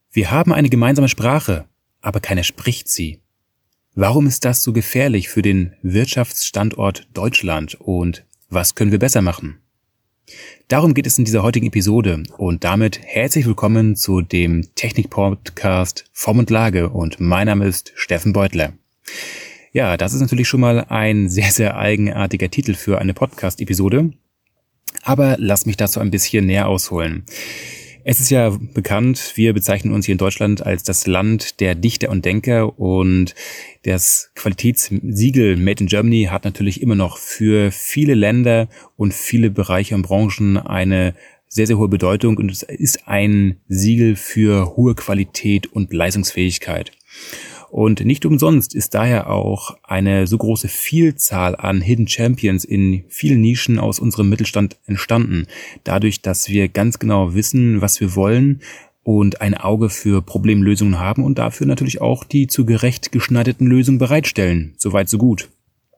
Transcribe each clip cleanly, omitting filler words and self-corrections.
Wir haben eine gemeinsame Sprache, aber keiner spricht sie. Warum ist das so gefährlich für den Wirtschaftsstandort Deutschland und was können wir besser machen? Darum geht es in dieser heutigen Episode und damit herzlich willkommen zu dem Technik-Podcast Form und Lage und mein Name ist Steffen Beutler. Ja, das ist natürlich schon mal ein sehr, sehr eigenartiger Titel für eine Podcast-Episode, aber lass mich dazu ein bisschen näher ausholen. Es ist ja bekannt, wir bezeichnen uns hier in Deutschland als das Land der Dichter und Denker und das Qualitätssiegel Made in Germany hat natürlich immer noch für viele Länder und viele Bereiche und Branchen eine sehr, sehr hohe Bedeutung und es ist ein Siegel für hohe Qualität und Leistungsfähigkeit. Und nicht umsonst ist daher auch eine so große Vielzahl an Hidden Champions in vielen Nischen aus unserem Mittelstand entstanden. Dadurch, dass wir ganz genau wissen, was wir wollen und ein Auge für Problemlösungen haben und dafür natürlich auch die zu gerecht geschneiderten Lösungen bereitstellen. Soweit, so gut.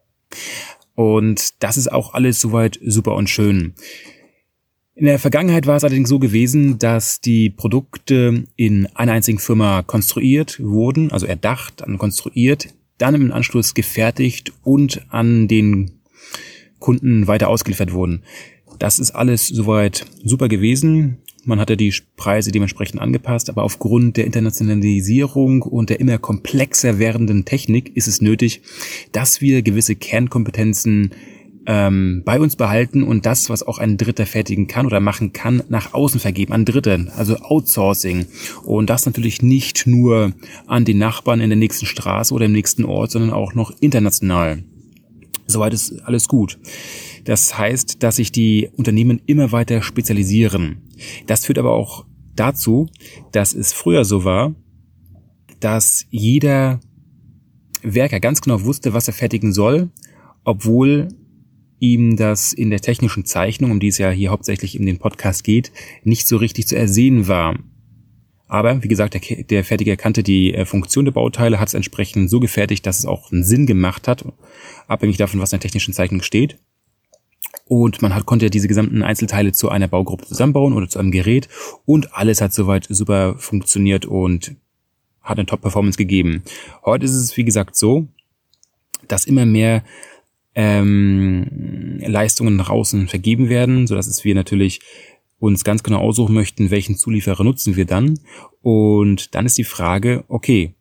Und das ist auch alles soweit super und schön. In der Vergangenheit war es allerdings so gewesen, dass die Produkte in einer einzigen Firma konstruiert wurden, also erdacht, dann konstruiert, dann im Anschluss gefertigt und an den Kunden weiter ausgeliefert wurden. Das ist alles soweit super gewesen. Man hatte die Preise dementsprechend angepasst, aber aufgrund der Internationalisierung und der immer komplexer werdenden Technik ist es nötig, dass wir gewisse Kernkompetenzen bei uns behalten und das, was auch ein Dritter fertigen kann oder machen kann, nach außen vergeben, an Dritte, also Outsourcing. Und das natürlich nicht nur an den Nachbarn in der nächsten Straße oder im nächsten Ort, sondern auch noch international. Soweit ist alles gut. Das heißt, dass sich die Unternehmen immer weiter spezialisieren. Das führt aber auch dazu, dass es früher so war, dass jeder Werker ganz genau wusste, was er fertigen soll, obwohl ihm das in der technischen Zeichnung, um die es ja hier hauptsächlich in den Podcast geht, nicht so richtig zu ersehen war. Aber wie gesagt, der Fertiger kannte die Funktion der Bauteile, hat es entsprechend so gefertigt, dass es auch einen Sinn gemacht hat, abhängig davon, was in der technischen Zeichnung steht. Und konnte diese gesamten Einzelteile zu einer Baugruppe zusammenbauen oder zu einem Gerät und alles hat soweit super funktioniert und hat eine Top-Performance gegeben. Heute ist es, wie gesagt, so, dass immer mehr Leistungen nach außen vergeben werden, so dass wir natürlich uns ganz genau aussuchen möchten, welchen Zulieferer nutzen wir dann. Und dann ist die Frage, okay,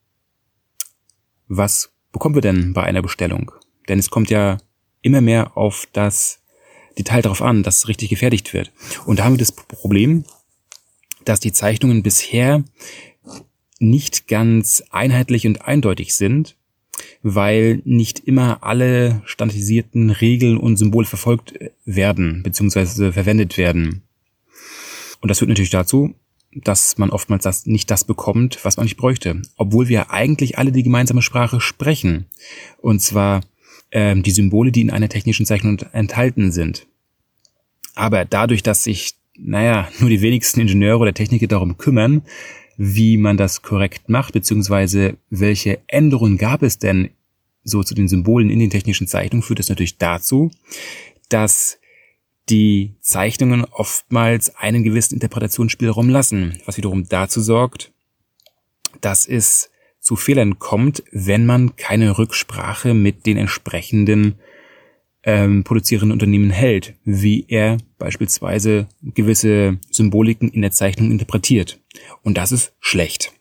was bekommen wir denn bei einer Bestellung? Denn es kommt ja immer mehr auf das Detail darauf an, dass es richtig gefertigt wird. Und da haben wir das Problem, dass die Zeichnungen bisher nicht ganz einheitlich und eindeutig sind, weil nicht immer alle standardisierten Regeln und Symbole verfolgt werden bzw. verwendet werden. Und das führt natürlich dazu, dass man oftmals nicht das bekommt, was man nicht bräuchte, obwohl wir eigentlich alle die gemeinsame Sprache sprechen. Und zwar die Symbole, die in einer technischen Zeichnung enthalten sind. Aber dadurch, dass sich nur die wenigsten Ingenieure oder Techniker darum kümmern, wie man das korrekt macht, beziehungsweise welche Änderungen gab es denn so zu den Symbolen in den technischen Zeichnungen, führt es natürlich dazu, dass die Zeichnungen oftmals einen gewissen Interpretationsspielraum lassen, was wiederum dazu sorgt, dass es zu Fehlern kommt, wenn man keine Rücksprache mit den entsprechenden produzierenden Unternehmen hält, wie er beispielsweise gewisse Symboliken in der Zeichnung interpretiert. Und das ist schlecht.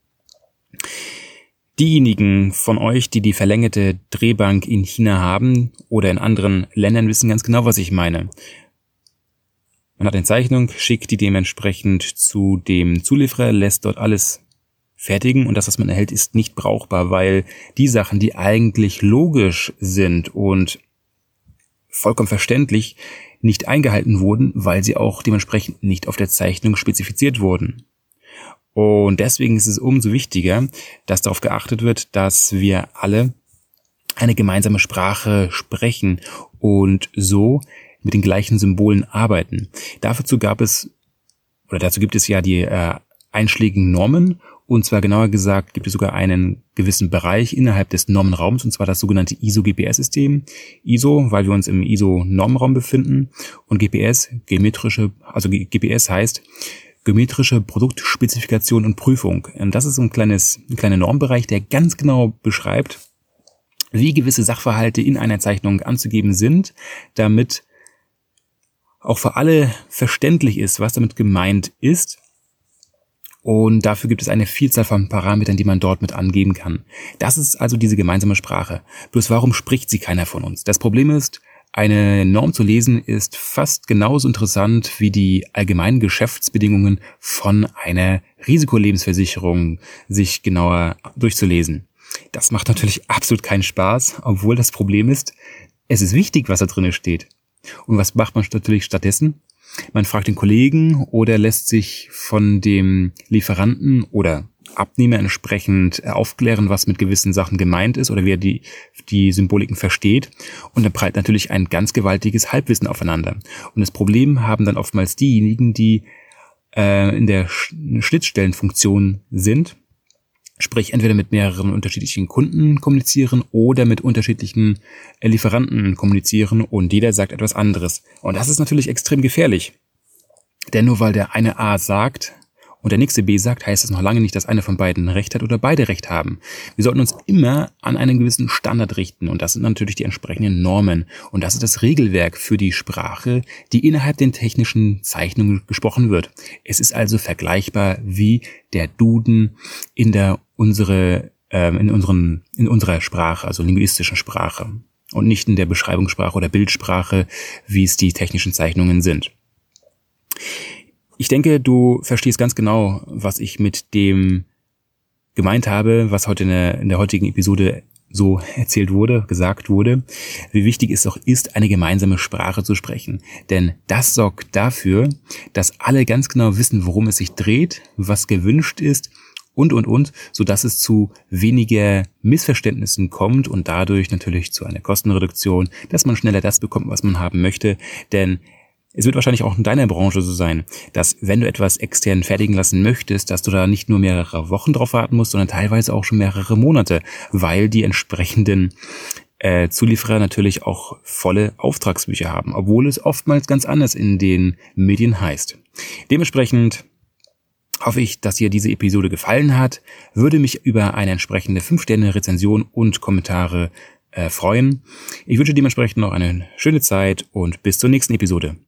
Diejenigen von euch, die die verlängerte Drehbank in China haben oder in anderen Ländern, wissen ganz genau, was ich meine. Man hat eine Zeichnung, schickt die dementsprechend zu dem Zulieferer, lässt dort alles fertigen und das, was man erhält, ist nicht brauchbar, weil die Sachen, die eigentlich logisch sind und vollkommen verständlich, nicht eingehalten wurden, weil sie auch dementsprechend nicht auf der Zeichnung spezifiziert wurden. Und deswegen ist es umso wichtiger, dass darauf geachtet wird, dass wir alle eine gemeinsame Sprache sprechen und so mit den gleichen Symbolen arbeiten. Dazu gibt es ja die einschlägigen Normen. Und zwar genauer gesagt gibt es sogar einen gewissen Bereich innerhalb des Normenraums, und zwar das sogenannte ISO-GPS-System. ISO, weil wir uns im ISO-Normenraum befinden, und GPS, GPS heißt geometrische Produktspezifikation und Prüfung. Und das ist so ein kleiner Normbereich, der ganz genau beschreibt, wie gewisse Sachverhalte in einer Zeichnung anzugeben sind, damit auch für alle verständlich ist, was damit gemeint ist. Und dafür gibt es eine Vielzahl von Parametern, die man dort mit angeben kann. Das ist also diese gemeinsame Sprache. Bloß warum spricht sie keiner von uns? Das Problem ist, eine Norm zu lesen ist fast genauso interessant wie die allgemeinen Geschäftsbedingungen von einer Risikolebensversicherung sich genauer durchzulesen. Das macht natürlich absolut keinen Spaß, obwohl das Problem ist, es ist wichtig, was da drin steht. Und was macht man natürlich stattdessen? Man fragt den Kollegen oder lässt sich von dem Lieferanten oder Abnehmer entsprechend aufklären, was mit gewissen Sachen gemeint ist oder wie er die Symboliken versteht. Und dann prallt natürlich ein ganz gewaltiges Halbwissen aufeinander. Und das Problem haben dann oftmals diejenigen, die in der Schnittstellenfunktion sind, sprich entweder mit mehreren unterschiedlichen Kunden kommunizieren oder mit unterschiedlichen Lieferanten kommunizieren und jeder sagt etwas anderes. Und das ist natürlich extrem gefährlich. Denn nur weil der eine A sagt und der nächste B sagt, heißt das noch lange nicht, dass einer von beiden Recht hat oder beide Recht haben. Wir sollten uns immer an einen gewissen Standard richten und das sind natürlich die entsprechenden Normen. Und das ist das Regelwerk für die Sprache, die innerhalb den technischen Zeichnungen gesprochen wird. Es ist also vergleichbar wie der Duden in unserer Sprache, also linguistischen Sprache und nicht in der Beschreibungssprache oder Bildsprache, wie es die technischen Zeichnungen sind. Ich denke, du verstehst ganz genau, was ich mit dem gemeint habe, was heute in der heutigen Episode so gesagt wurde, wie wichtig es doch ist, eine gemeinsame Sprache zu sprechen. Denn das sorgt dafür, dass alle ganz genau wissen, worum es sich dreht, was gewünscht ist und, sodass es zu weniger Missverständnissen kommt und dadurch natürlich zu einer Kostenreduktion, dass man schneller das bekommt, was man haben möchte. Denn es wird wahrscheinlich auch in deiner Branche so sein, dass wenn du etwas extern fertigen lassen möchtest, dass du da nicht nur mehrere Wochen drauf warten musst, sondern teilweise auch schon mehrere Monate, weil die entsprechenden Zulieferer natürlich auch volle Auftragsbücher haben, obwohl es oftmals ganz anders in den Medien heißt. Dementsprechend hoffe ich, dass dir diese Episode gefallen hat, würde mich über eine entsprechende 5-Sterne-Rezension und Kommentare freuen. Ich wünsche dementsprechend noch eine schöne Zeit und bis zur nächsten Episode.